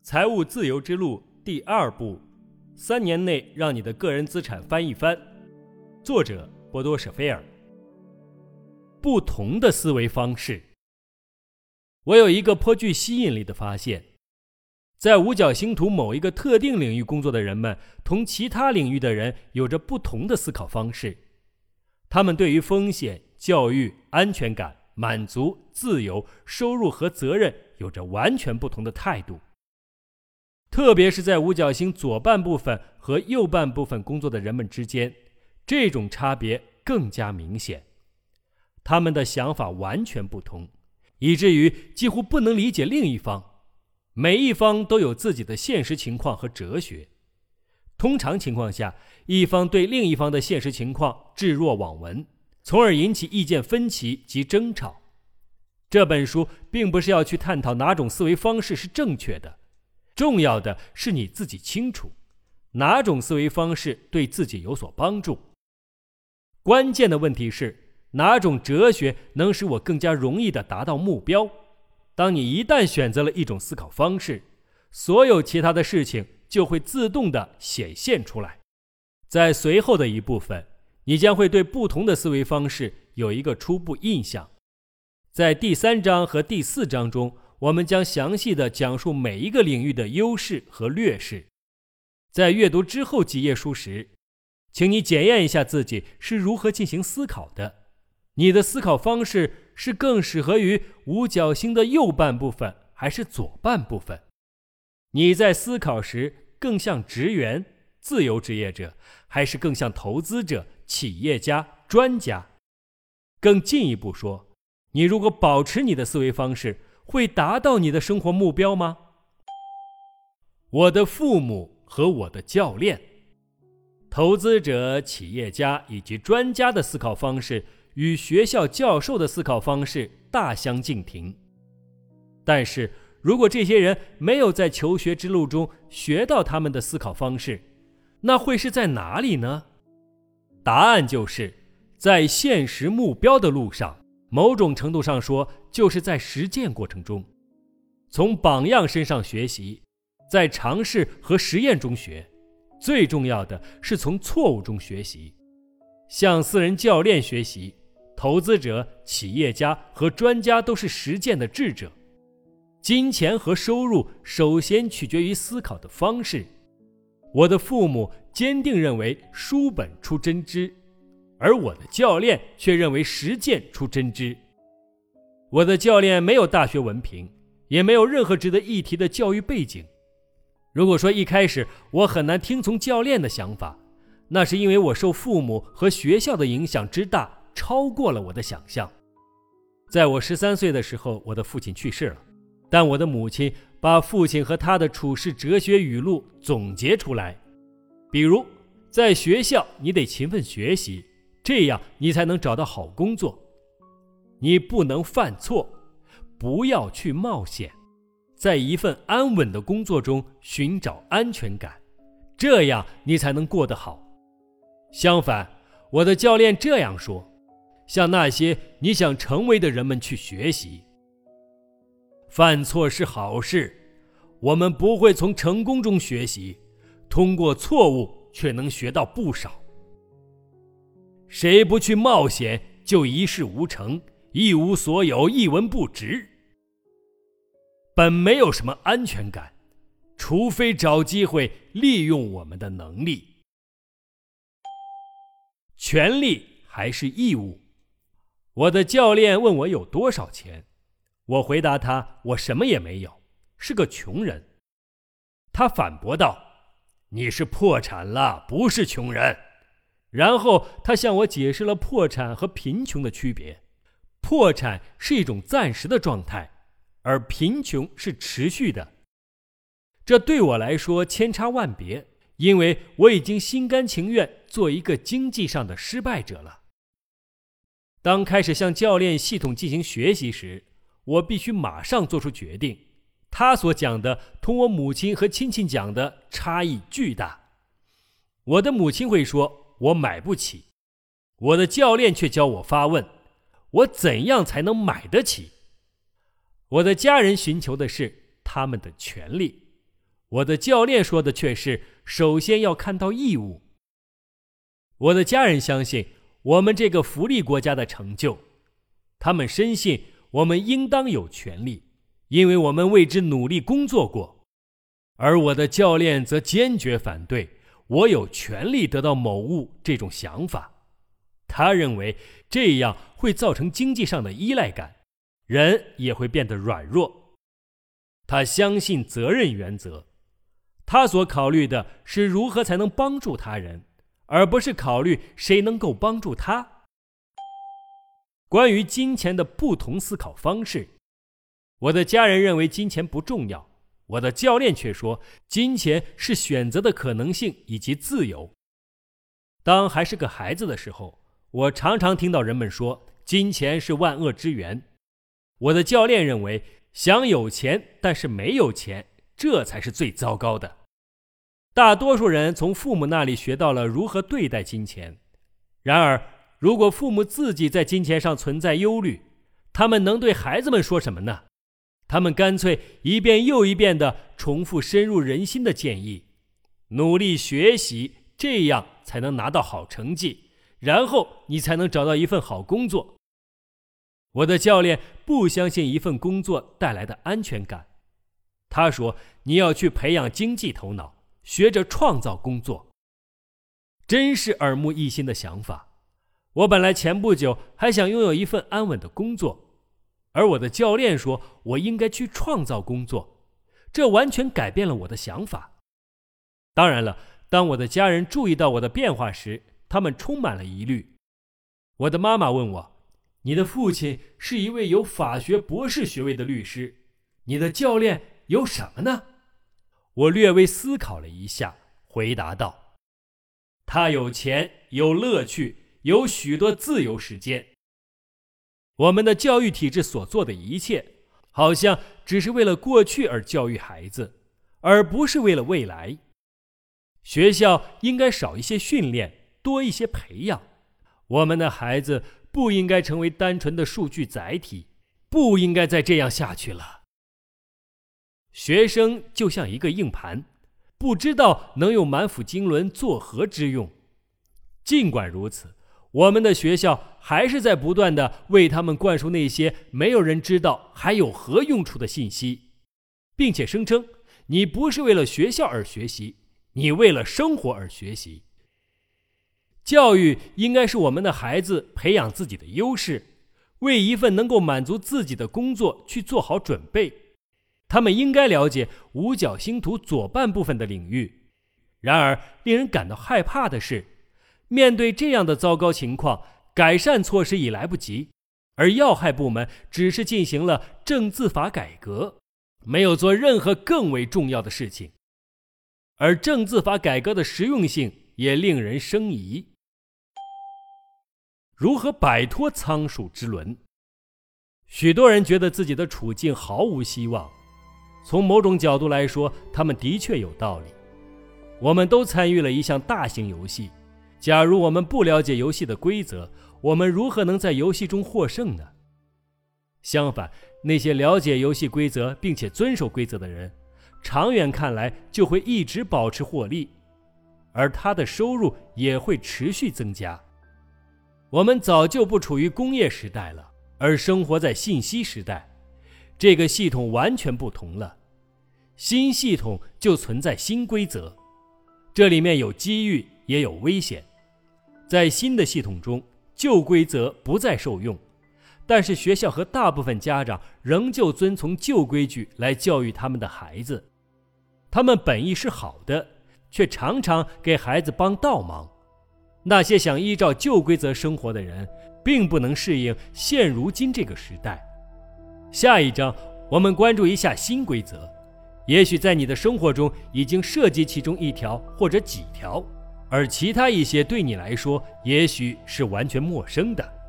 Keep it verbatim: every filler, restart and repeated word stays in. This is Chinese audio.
财务自由之路第二步，三年内让你的个人资产翻一番。作者波多舍菲尔。不同的思维方式。我有一个颇具吸引力的发现，在五角星图某一个特定领域工作的人们，同其他领域的人有着不同的思考方式。他们对于风险、教育、安全感、满足、自由、收入和责任有着完全不同的态度。特别是在五角星左半部分和右半部分工作的人们之间，这种差别更加明显。他们的想法完全不同，以至于几乎不能理解另一方。每一方都有自己的现实情况和哲学。通常情况下，一方对另一方的现实情况置若罔闻，从而引起意见分歧及争吵。这本书并不是要去探讨哪种思维方式是正确的，重要的是你自己清楚哪种思维方式对自己有所帮助。关键的问题是，哪种哲学能使我更加容易地达到目标？当你一旦选择了一种思考方式，所有其他的事情就会自动地显现出来。在随后的一部分，你将会对不同的思维方式有一个初步印象。在第三章和第四章中，我们将详细地讲述每一个领域的优势和劣势。在阅读之后几页书时，请你检验一下自己是如何进行思考的。你的思考方式是更适合于五角星的右半部分还是左半部分？你在思考时更像职员、自由职业者，还是更像投资者、企业家、专家？更进一步说，你如果保持你的思维方式，会达到你的生活目标吗？我的父母和我的教练，投资者、企业家以及专家的思考方式与学校教授的思考方式大相径庭。但是如果这些人没有在求学之路中学到他们的思考方式，那会是在哪里呢？答案就是在现实目标的路上，某种程度上说，就是在实践过程中。从榜样身上学习，在尝试和实验中学，最重要的是从错误中学习。向私人教练学习，投资者、企业家和专家都是实践的智者。金钱和收入首先取决于思考的方式。我的父母坚定认为书本出真知，而我的教练却认为实践出真知。我的教练没有大学文凭，也没有任何值得一提的教育背景。如果说一开始我很难听从教练的想法，那是因为我受父母和学校的影响之大，超过了我的想象。在我十三岁的时候，我的父亲去世了，但我的母亲把父亲和他的处世哲学语录总结出来。比如，在学校你得勤奋学习，这样你才能找到好工作。你不能犯错，不要去冒险，在一份安稳的工作中寻找安全感，这样你才能过得好。相反，我的教练这样说，向那些你想成为的人们去学习。犯错是好事，我们不会从成功中学习，通过错误却能学到不少。谁不去冒险，就一事无成，一无所有，一文不值。本没有什么安全感，除非找机会利用我们的能力。权利还是义务？我的教练问我有多少钱，我回答他，我什么也没有，是个穷人。他反驳道，你是破产了，不是穷人。然后他向我解释了破产和贫穷的区别。破产是一种暂时的状态，而贫穷是持续的。这对我来说千差万别，因为我已经心甘情愿做一个经济上的失败者了。当开始向教练系统进行学习时，我必须马上做出决定。他所讲的同我母亲和亲戚讲的差异巨大。我的母亲会说，我买不起。我的教练却教我发问，我怎样才能买得起？我的家人寻求的是他们的权利， 我的教练说的却是首先要看到义务。我的家人相信我们这个福利国家的成就，他们深信我们应当有权利，因为我们为之努力工作过。而我的教练则坚决反对我有权利得到某物这种想法。他认为这样会造成经济上的依赖感，人也会变得软弱。他相信责任原则，他所考虑的是如何才能帮助他人，而不是考虑谁能够帮助他。关于金钱的不同思考方式，我的家人认为金钱不重要，我的教练却说金钱是选择的可能性以及自由。当还是个孩子的时候，我常常听到人们说金钱是万恶之源。我的教练认为想有钱但是没有钱，这才是最糟糕的。大多数人从父母那里学到了如何对待金钱，然而如果父母自己在金钱上存在忧虑，他们能对孩子们说什么呢？他们干脆一遍又一遍地重复深入人心的建议：努力学习，这样才能拿到好成绩，然后你才能找到一份好工作。我的教练不相信一份工作带来的安全感。他说你要去培养经济头脑，学着创造工作。真是耳目一新的想法。我本来前不久还想拥有一份安稳的工作，而我的教练说我应该去创造工作，这完全改变了我的想法。当然了，当我的家人注意到我的变化时，他们充满了疑虑。我的妈妈问我，你的父亲是一位有法学博士学位的律师，你的教练有什么呢？我略微思考了一下，回答道，他有钱，有乐趣，有许多自由时间。我们的教育体制所做的一切，好像只是为了过去而教育孩子，而不是为了未来。学校应该少一些训练，多一些培养。我们的孩子不应该成为单纯的数据载体，不应该再这样下去了。学生就像一个硬盘，不知道能用满腹经纶作何之用。尽管如此，我们的学校还是在不断地为他们灌输那些没有人知道还有何用处的信息，并且声称你不是为了学校而学习，你为了生活而学习。教育应该是我们的孩子培养自己的优势，为一份能够满足自己的工作去做好准备。他们应该了解五角星图左半部分的领域。然而，令人感到害怕的是，面对这样的糟糕情况，改善措施已来不及，而要害部门只是进行了政治法改革，没有做任何更为重要的事情。而政治法改革的实用性也令人生疑。如何摆脱仓鼠之轮？许多人觉得自己的处境毫无希望。从某种角度来说，他们的确有道理。我们都参与了一项大型游戏，假如我们不了解游戏的规则，我们如何能在游戏中获胜呢？相反，那些了解游戏规则并且遵守规则的人，长远看来就会一直保持获利，而他的收入也会持续增加。我们早就不处于工业时代了，而生活在信息时代。这个系统完全不同了，新系统就存在新规则，这里面有机遇也有危险。在新的系统中，旧规则不再受用，但是学校和大部分家长仍旧遵从旧规矩来教育他们的孩子。他们本意是好的，却常常给孩子帮倒忙。那些想依照旧规则生活的人，并不能适应现如今这个时代。下一章我们关注一下新规则，也许在你的生活中已经涉及其中一条或者几条，而其他一些对你来说也许是完全陌生的。